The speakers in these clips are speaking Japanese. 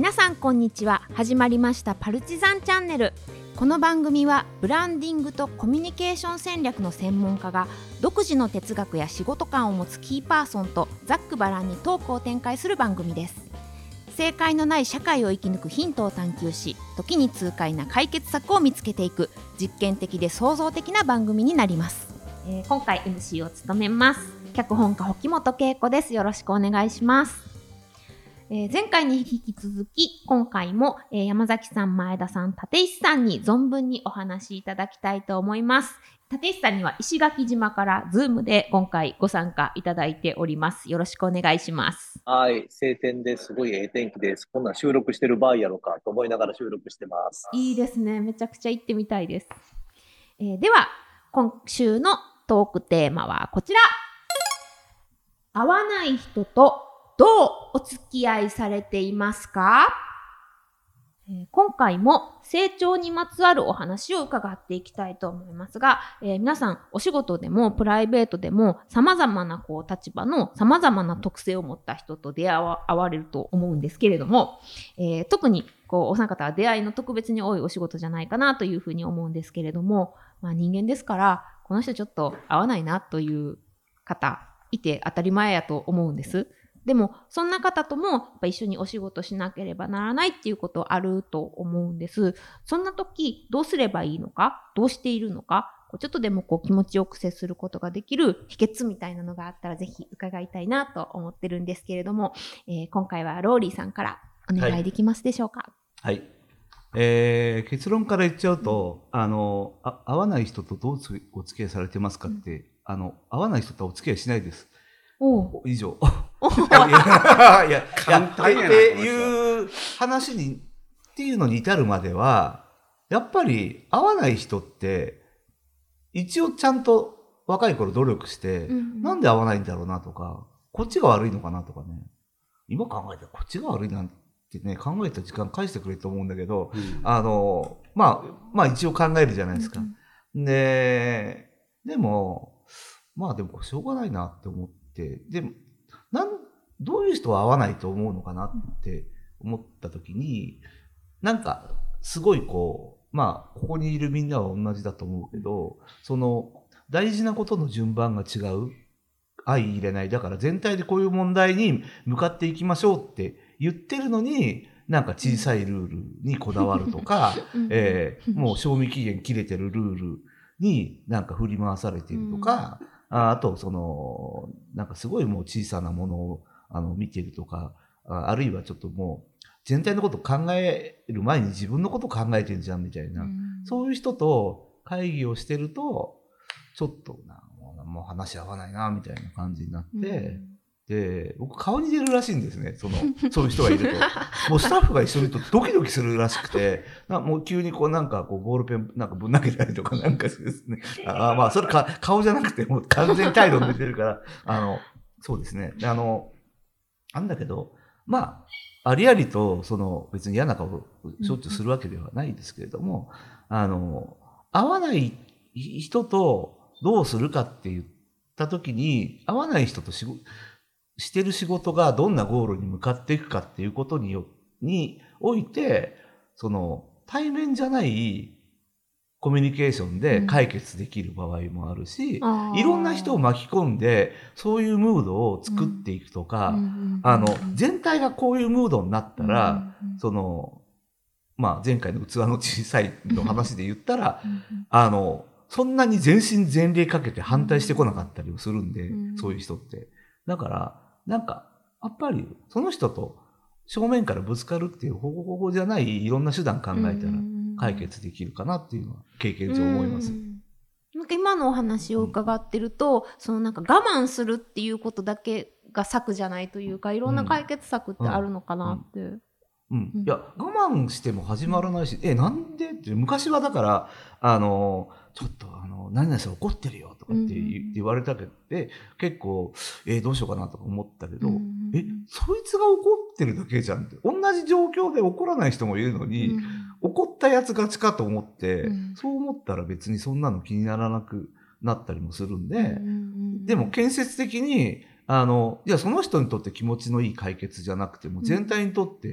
皆さんこんにちは。始まりましたパルチザンチャンネル。この番組はブランディングとコミュニケーション戦略の専門家が独自の哲学や仕事観を持つキーパーソンとざっくばらんにトークを展開する番組です。正解のない社会を生き抜くヒントを探求し、時に痛快な解決策を見つけていく実験的で創造的な番組になります。今回 MC を務めます脚本家保本恵子です。よろしくお願いします。前回に引き続き今回も、山崎さん、前田さん、立石さんに存分にお話しいただきたいと思います。立石さんには石垣島からズームで今回ご参加いただいております。よろしくお願いします。 はい、晴天ですごい天気です。こんなん収録してる場合やろかと思いながら収録してます。 いいですね。めちゃくちゃ行ってみたいです。では今週のトークテーマはこちら。合わない人とどうお付き合いされていますか？今回も成長にまつわるお話を伺っていきたいと思いますが、皆さんお仕事でもプライベートでも様々な立場の様々な特性を持った人と出会われると思うんですけれども、特にお三方は出会いの特別に多いお仕事じゃないかなというふうに思うんですけれども、人間ですからこの人ちょっと合わないなという方いて当たり前やと思うんです。でもそんな方ともやっぱ一緒にお仕事しなければならないっていうことあると思うんです。そんな時どうすればいいのか、どうしているのか、ちょっとでも気持ちよく接することができる秘訣みたいなのがあったらぜひ伺いたいなと思ってるんですけれども、今回はローリーさんからお願いできますでしょうか。 はい、結論から言っちゃうと、合わない人とどうお付き合いされてますかって、合わない人とはお付き合いしないです。以上。いや簡単やなっていう話にっていうのに至るまでは、やっぱり合わない人って一応ちゃんと若い頃努力して、なんで合わないんだろうなとか、こっちが悪いのかなとかね、今考えたらこっちが悪いなんてね、考えた時間返してくれと思うんだけど、まあ一応考えるじゃないですか。でもでもしょうがないなって思って、でもどういう人は合わないと思うのかなって思った時に、なんかすごいここにいるみんなは同じだと思うけど、その大事なことの順番が違う、相入れない、だから全体でこういう問題に向かっていきましょうって言ってるのに、なんか小さいルールにこだわるとか、もう賞味期限切れてるルールになんか振り回されているとか、あとなんかすごいもう小さなものを見てるとか、あるいはちょっともう全体のことを考える前に自分のことを考えてるじゃんみたいな、そういう人と会議をしてるとちょっともう話合わないなみたいな感じになって、で僕顔に出るらしいんですね、そういう人がいると。もうスタッフが一緒にいるとドキドキするらしくて、もう急になんかボールペンなんかぶん投げたりとかなんかですね。それ顔じゃなくてもう完全に態度に出てるからそうですね。なんだけどありありと別に嫌な顔をしょっちゅうするわけではないですけれども、合わない人とどうするかって言った時に、合わない人としてる仕事がどんなゴールに向かっていくかっていうことにおいて、対面じゃないコミュニケーションで解決できる場合もあるし、いろんな人を巻き込んでそういうムードを作っていくとか、全体がこういうムードになったら、前回の器の小さいの話で言ったらそんなに全身全霊かけて反対してこなかったりもするんで、そういう人って。だからなんかやっぱりその人と正面からぶつかるっていう方法じゃないいろんな手段考えたら解決できるかなっていうのは経験上思います。 なんか今のお話を伺ってると、なんか我慢するっていうことだけが策じゃないというか、いろんな解決策ってあるのかなって。 いや我慢しても始まらないし、なんでって昔はだからちょっと何々さん怒ってるよとかって言われたけど、結構どうしようかなとか思ったけど、そいつが怒ってるだけじゃんって、同じ状況で怒らない人もいるのに、怒ったやつがちかと思って、そう思ったら別にそんなの気にならなくなったりもするんで、でも建設的にじゃあその人にとって気持ちのいい解決じゃなくても全体にとって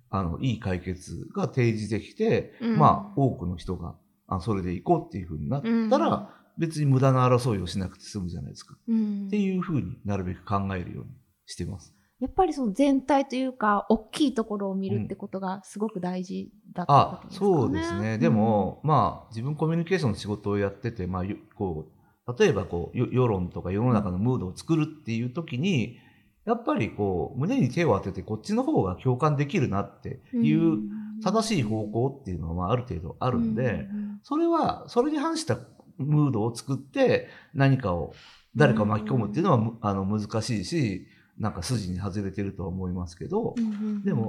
いい解決が提示できて、多くの人がそれで行こうっていう風になったら、別に無駄な争いをしなくて済むじゃないですか。っていう風になるべく考えるようにしてます。 やっぱりその全体というか、大きいところを見るってことがすごく大事だったことですかね。 そうですね。でも、自分コミュニケーションの仕事をやってて、例えば世論とか世の中のムードを作るっていう時に、やっぱり胸に手を当ててこっちの方が共感できるなっていう正しい方向っていうのはある程度あるんで、それに反したムードを作って何かを誰かを巻き込むっていうのは難しいし、なんか筋に外れてるとは思いますけど、でも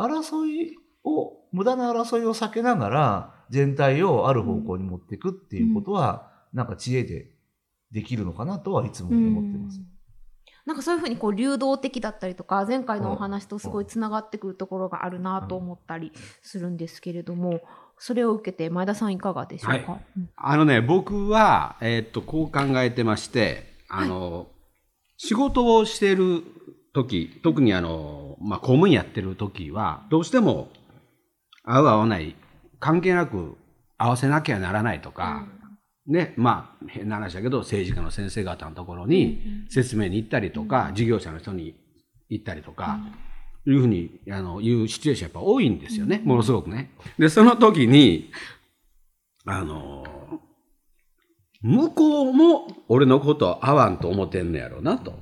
無駄な争いを避けながら全体をある方向に持っていくっていうことは、なんか知恵でできるのかなとはいつも思ってます。 なんかそういうふうに流動的だったりとか、前回のお話とすごいつながってくるところがあるなと思ったりするんですけれども、それを受けて前田さんいかがでしょうか？ 僕は、こう考えてまして、仕事をしている時、特に公務員やってる時は、どうしても合う合わない関係なく合わせなきゃならないとか、変な話だけど政治家の先生方のところに説明に行ったりとか、事業者の人に行ったりとか、いうふうにいうシチュエーションやっぱ多いんですよね、ものすごくね。でその時に向こうも俺のこと合わんと思ってんのやろうなと。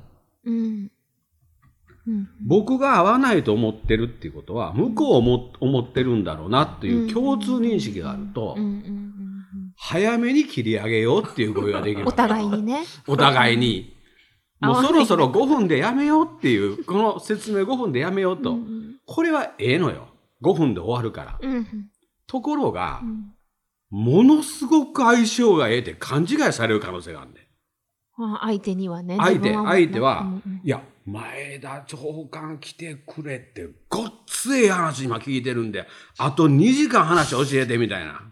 僕が合わないと思ってるっていうことは向こうも思ってるんだろうなっていう共通認識があると、早めに切り上げようっていう声ができる。 お互いにね。 お互いに。もうそろそろ5分でやめようっていう、この説明5分でやめようと。これはええのよ。5分で終わるから。ところが、ものすごく相性がええって勘違いされる可能性があるんで。 相手にはね。 相手は、いや、前田長官来てくれってごっつええ話今聞いてるんで、あと2時間話教えてみたいな。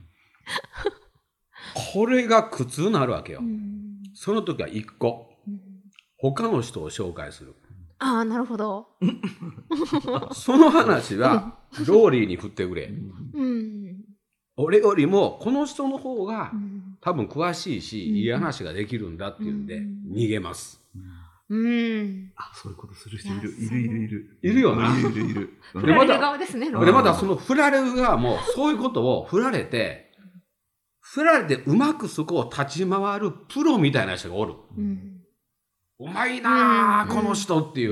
これが苦痛になるわけよ。その時は1個。他の人を紹介する。 なるほど。 その話はローリーに振ってくれ。俺よりもこの人の方が多分詳しいし、いい話ができるんだっていうんで逃げます。 そういうことする人いる。 いるよな。 いる。 振られる側ですね。 でまたその振られる側もそういうことを振られてうまくそこを立ち回るプロみたいな人がおる。うまいなこの人っていう。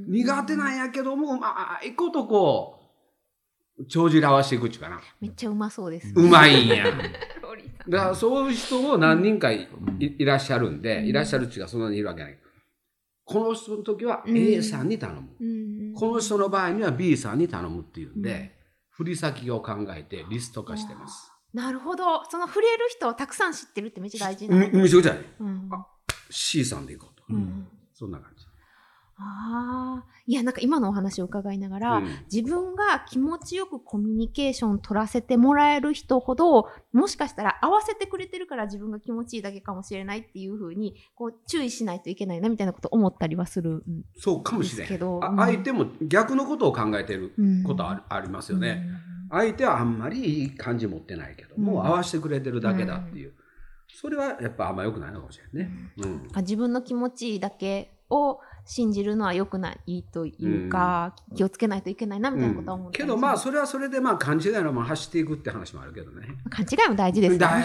苦手なんやけども、うまいこと帳尻合わせていくっちゅうかな。 めっちゃうまそうです。 うまいんや。だからそういう人を何人か いらっしゃるんで、いらっしゃるっちゅうかそんなにいるわけない。この人の時は A さんに頼む。この人の場合には B さんに頼むっていうんで、振り先を考えてリスト化してます。 なるほど。その触れる人をたくさん知ってるってめっちゃ大事なの。 めちゃくちゃいい。C さんでいこうと。そんな感じ。 いや、なんか今のお話を伺いながら、自分が気持ちよくコミュニケーション取らせてもらえる人ほど、もしかしたら合わせてくれてるから自分が気持ちいいだけかもしれないっていうふうに注意しないといけないなみたいなこと思ったりはするんですけど。 そうかもしれない。相手も逆のことを考えてることありますよね。相手はあんまりいい感じ持ってないけども、合わせてくれてるだけだっていう。それはやっぱあんま良くないのかもしれないね。 自分の気持ちいいだけを信じるのは良くないというか、気をつけないといけないなみたいなことは思って、 けどそれはそれで勘違いのまま走っていくって話もあるけどね。 勘違いも大事ですからね。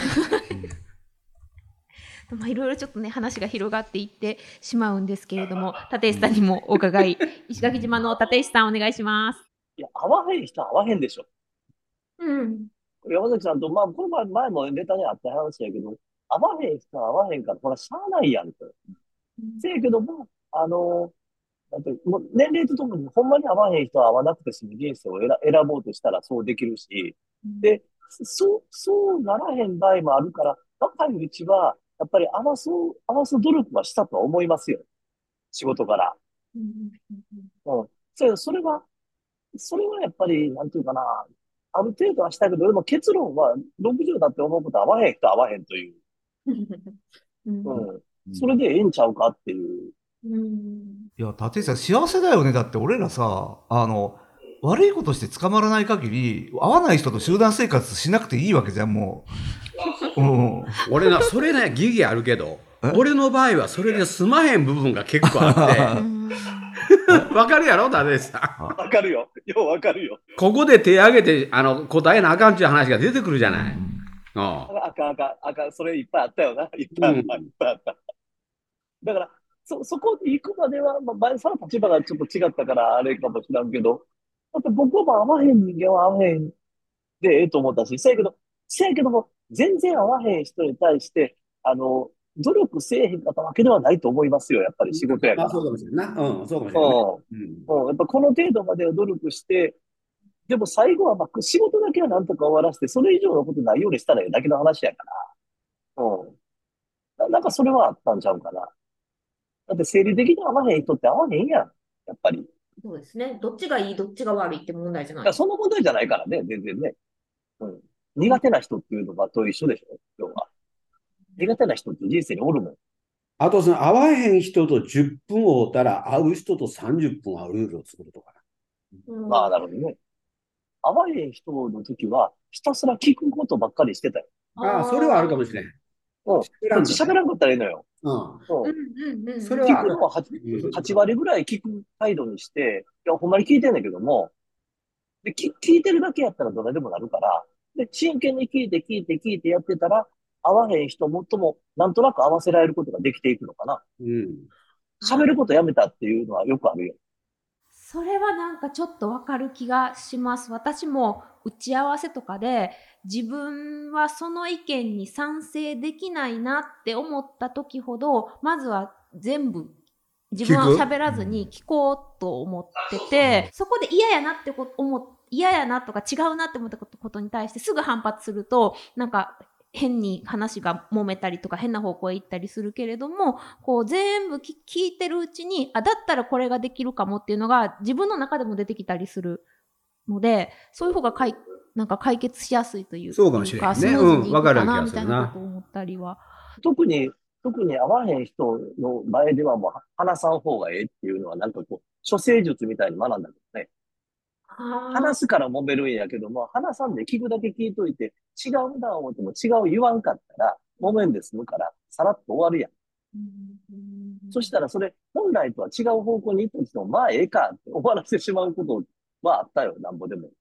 いろいろちょっとね話が広がっていってしまうんですけれども、立石さんにもお伺い。石垣島の立石さんお願いします。 いや、合わへん人は合わへんでしょ。山崎さんとこの前もネタにあった話やけど、合わへん人は合わへんから、これはしゃあないやんと。せやけども、もう年齢とともにほんまに合わへん人は合わなくて済む人生を選ぼうとしたらそうできるし、そうならへん場合もあるから、若いうちは、やっぱり合わす努力はしたとは思いますよ。仕事から。それはやっぱり、なんていうかな、ある程度はしたけど、でも結論は60だって思うことは合わへん人は合わへんという。それでええんちゃうかっていう。 いや、立石さん幸せだよね。だって俺らさ、 悪いことして捕まらない限り、合わない人と集団生活しなくていいわけじゃん、もう。 俺な、それね、疑義あるけど、俺の場合はそれで済まへん部分が結構あって。わかるやろ、ダデさん。 わかるよ。ようわかるよ。 ここで手挙げて、答えなあかんっていう話が出てくるじゃない。 あかん。それいっぱいあったよな。いっぱいあった。だから、そこに行くまでは、前さんの立場がちょっと違ったから、あれかもしらんけど、だって僕は合わへん人間は合わへんでええと思ったし、せやけども、全然合わへん人に対して、努力せえへんかったわけではないと思いますよ、やっぱり仕事やから。 そうかもしれんな。そうかもしれん。 やっぱこの程度までは努力して、でも最後は仕事だけはなんとか終わらせて、それ以上のことないようにしたらええだけの話やから。なんかそれはあったんちゃうかな。だって生理的に合わへん人って合わへんやん。やっぱり。 そうですね。どっちがいい、どっちが悪いって問題じゃない。 その問題じゃないからね、全然ね。苦手な人っていうのがと一緒でしょ、要は。苦手な人って人生におるもん。 あと、会わへん人と10分会うたら、会う人と30分会うルールを作るとかな。なるほどね。会わへん人の時は、ひたすら聞くことばっかりしてたよ。 それはあるかもしれん。 こっち喋らんかったらいいのよ。 それは聞くのは 8割ぐらい聞く態度にして、いや、ほんまに聞いてんだけども、で聞いてるだけやったらどれでもなるから、で、真剣に聞いてやってたら、合わへん人もっとも、なんとなく合わせられることができていくのかな。喋ることやめたっていうのはよくあるよ。 それはなんかちょっとわかる気がします。私も打ち合わせとかで自分はその意見に賛成できないなって思った時ほど、まずは全部自分は喋らずに聞こうと思ってて、そこで嫌やなとか違うなって思ったことに対してすぐ反発すると、なんか変に話が揉めたりとか変な方向へ行ったりするけれども、こう全部聞いてるうちに、だったらこれができるかもっていうのが自分の中でも出てきたりするので、そういう方がなんか解決しやすいというか、 そうかもしれないね。 スムーズにいくかなみたいなことを思ったりは。 特に合わへん人の前ではもう話さん方がええっていうのはなんかこう、処世術みたいに学んだけどね。話すから揉めるんやけども、話さんで聞くだけ聞いといて、違うんだ思っても違う言わんかったら、揉めんで済むから、さらっと終わるやん。そしたらそれ、本来とは違う方向に行ったとしても、まあええかって終わらせてしまうことはあったよ、なんぼでも。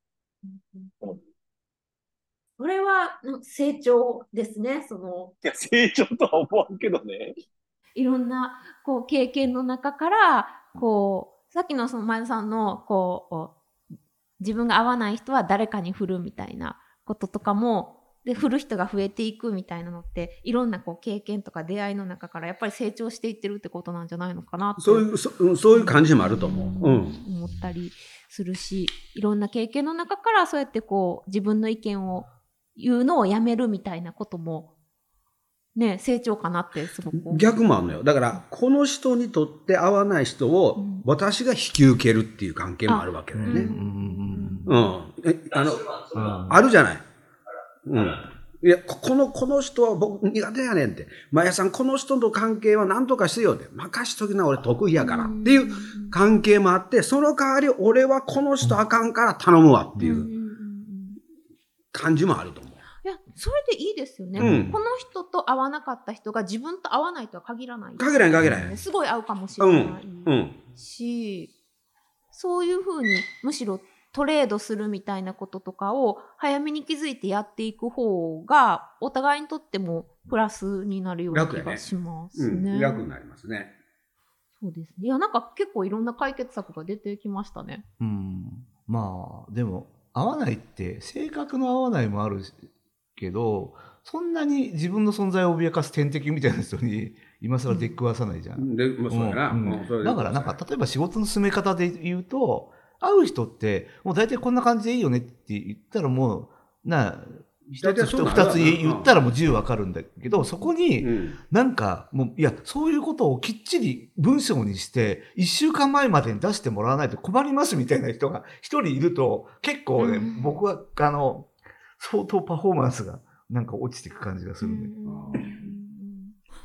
それは成長ですね。 いや、成長とは思わんけどね。 いろんなこう経験の中から、さっきのその前田さんの自分が合わない人は誰かに振るみたいなこととかも、で振る人が増えていくみたいなのって、いろんな経験とか出会いの中からやっぱり成長していってるってことなんじゃないのかなって、 そういう感じもあると思う、 思ったりするし、いろんな経験の中からそうやって自分の意見を言うのをやめるみたいなこともね、成長かなってすごく。 逆もあるのよ。だからこの人にとって合わない人を私が引き受けるっていう関係もあるわけだよね。あるじゃない。いや、この人は僕苦手やねんって。まやさん、この人と関係は何とかしてよって。任しときな、俺得意やからっていう関係もあって、その代わり俺はこの人あかんから頼むわっていう感じもあると思う。 いや、それでいいですよね。この人と合わなかった人が自分と合わないとは限らない。 限らない。 すごい合うかもしれないし、そういうふうにむしろトレードするみたいなこととかを早めに気づいてやっていく方がお互いにとってもプラスになるような気がしますね。 楽になりますね。 そうですね。いや、なんか結構いろんな解決策が出てきましたね。 まあでも合わないって性格の合わないもあるけど、そんなに自分の存在を脅かす天敵みたいな人に今更出くわさないじゃん。だからなんか例えば仕事の進め方で言うと、会う人ってもう大体こんな感じでいいよねって言ったらもう一つ二つ言ったらもう10わかるんだけど、そこになんかもういやそういうことをきっちり文章にして1週間前までに出してもらわないと困りますみたいな人が一人いると結構ね、僕は相当パフォーマンスがなんか落ちていく感じがするね。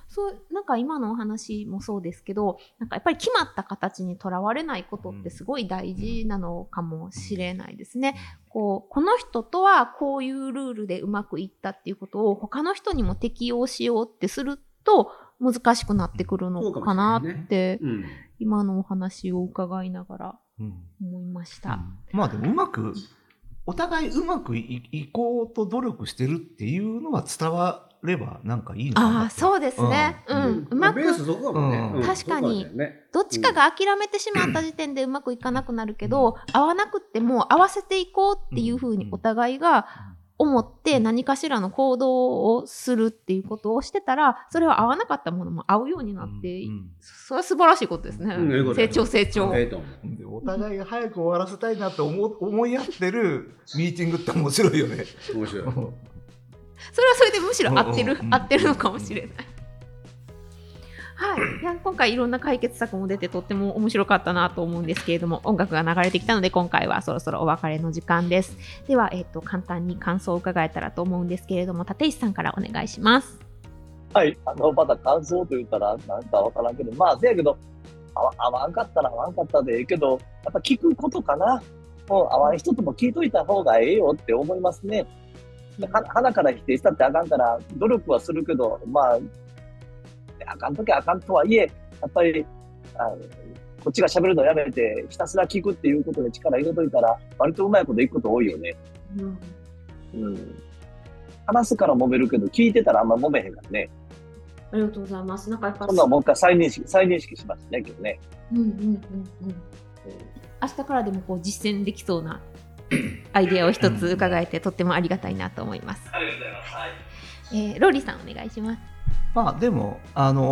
そうなんか今のお話もそうですけど、なんかやっぱり決まった形にとらわれないことってすごい大事なのかもしれないですね。この人とはこういうルールでうまくいったっていうことを他の人にも適用しようってすると難しくなってくるのかなって、今のお話を伺いながら思いました。 まあでもお互いうまくいこうと努力してるっていうのは伝わればなんかいいのかな。 そうですね。うまく、確かにどっちかが諦めてしまった時点でうまくいかなくなるけど、合わなくっても合わせていこうっていうふうにお互いが思って何かしらの行動をするっていうことをしてたら、それは合わなかったものも合うようになって、それは素晴らしいことですね。成長。 お互いが早く終わらせたいなと思い合ってるミーティングって面白いよね。 面白い。 それはそれでむしろ合ってるのかもしれない。はい、いや今回いろんな解決策も出てとっても面白かったなと思うんですけれども、音楽が流れてきたので今回はそろそろお別れの時間です。では、簡単に感想を伺えたらと思うんですけれども、立石さんからお願いします。 はい、また感想と言ったらなんかわからんけど、せやけど合わんかったら合わんかったでええけど、やっぱ聞くことかな。合わん人とも聞いといた方がええよって思いますね。鼻から否定したってあかんから努力はするけど、あかんときあかんとはいえ、やっぱりこっちが喋るのやめてひたすら聞くっていうことで力入れといたら割とうまいこといくこと多いよね。話すから揉めるけど聞いてたらあんま揉めへんからね。 ありがとうございます。なんかやっぱ今度はもう一回再認識しましたねけどね。 明日からでも実践できそうなアイデアを一つ伺えてとってもありがたいなと思います。 ありがとうございます。 はい。ローリーさんお願いします。 でも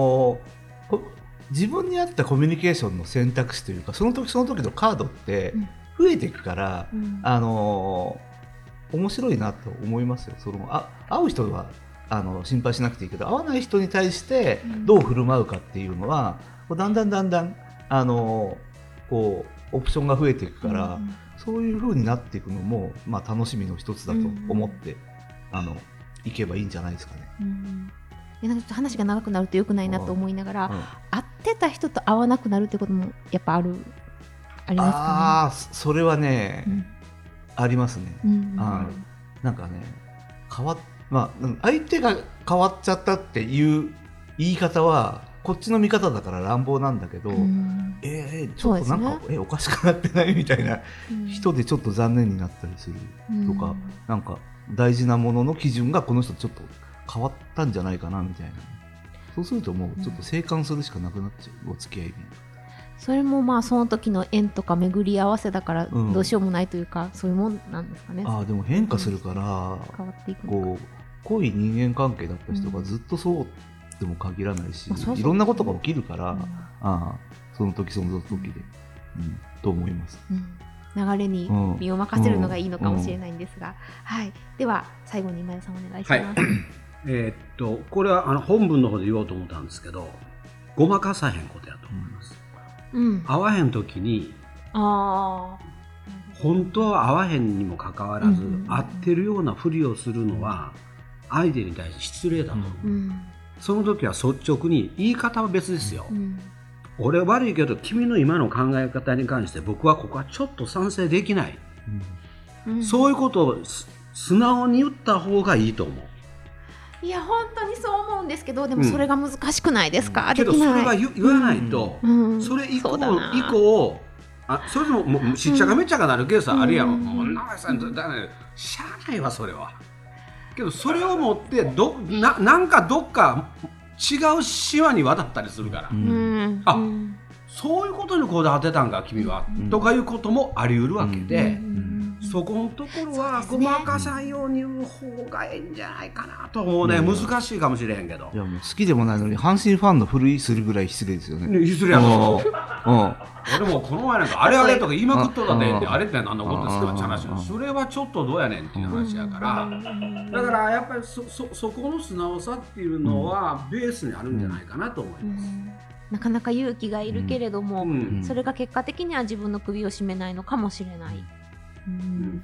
自分に合ったコミュニケーションの選択肢というか、その時その時のカードって増えていくから、面白いなと思いますよ。会う人は心配しなくていいけど、会わない人に対してどう振る舞うかっていうのは、だんだんオプションが増えていくから、そういう風になっていくのも、楽しみの一つだと思って、いけばいいんじゃないですかね。 なんかちょっと話が長くなると良くないなと思いながら、会ってた人と会わなくなるってこともやっぱありますかね。 それはね、ありますね。なんかね、相手が変わっちゃったっていう言い方はこっちの見方だから乱暴なんだけど、ちょっとなんか、おかしくなってないみたいな人でちょっと残念になったりするとか、なんか大事なものの基準がこの人ちょっと変わったんじゃないかなみたいな。そうするともうちょっと静観するしかなくなっちゃう、お付き合いに。 それもその時の縁とか巡り合わせだからどうしようもないというか、そういうもんなんですかね。 でも変化するから、変わっていく濃い人間関係だった人がずっとそうでも限らないし、いろんなことが起きるから、その時その時で、と思います。 流れに身を任せるのがいいのかもしれないんですが、では最後に今田さんお願いします。 これは本文の方で言おうと思ったんですけど、ごまかさへんことやと思います。会わへん時に本当は会わへんにもかかわらず、会ってるようなふりをするのは相手に対して失礼だと思う。その時は率直に、言い方は別ですよ。俺悪いけど君の今の考え方に関して僕はここはちょっと賛成できない、そういうことを素直に言った方がいいと思う。 いや本当にそう思うんですけど、でもそれが難しくないですか。 けどそれは言わないと、それ以降それでもしっちゃかめっちゃかなるケースはあるやろ。もう長井さんしゃあないわそれは。けどそれを持ってなんかどっか違う手話に渡ったりするから、そういうことにこだわってたんか君は、とかいうこともあり得るわけで、そこのところはごまかさんように言う方がいいんじゃないかなと思うね。難しいかもしれへんけど、 いやもう好きでもないのに阪神ファンのふりするぐらい失礼ですよね。 失礼やろ。俺もこの前なんかあれあれとか言いまくっとったで、あれって何のことですかって話、それはちょっとどうやねんっていう話やから、だからやっぱりそこの素直さっていうのはベースにあるんじゃないかなと思います。 なかなか勇気がいるけれども、それが結果的には自分の首を絞めないのかもしれない。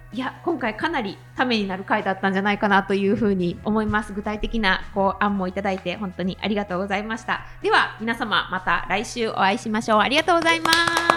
いや今回かなりためになる回だったんじゃないかなというふうに思います。具体的な案もいただいて本当にありがとうございました。では皆様また来週お会いしましょう。ありがとうございます。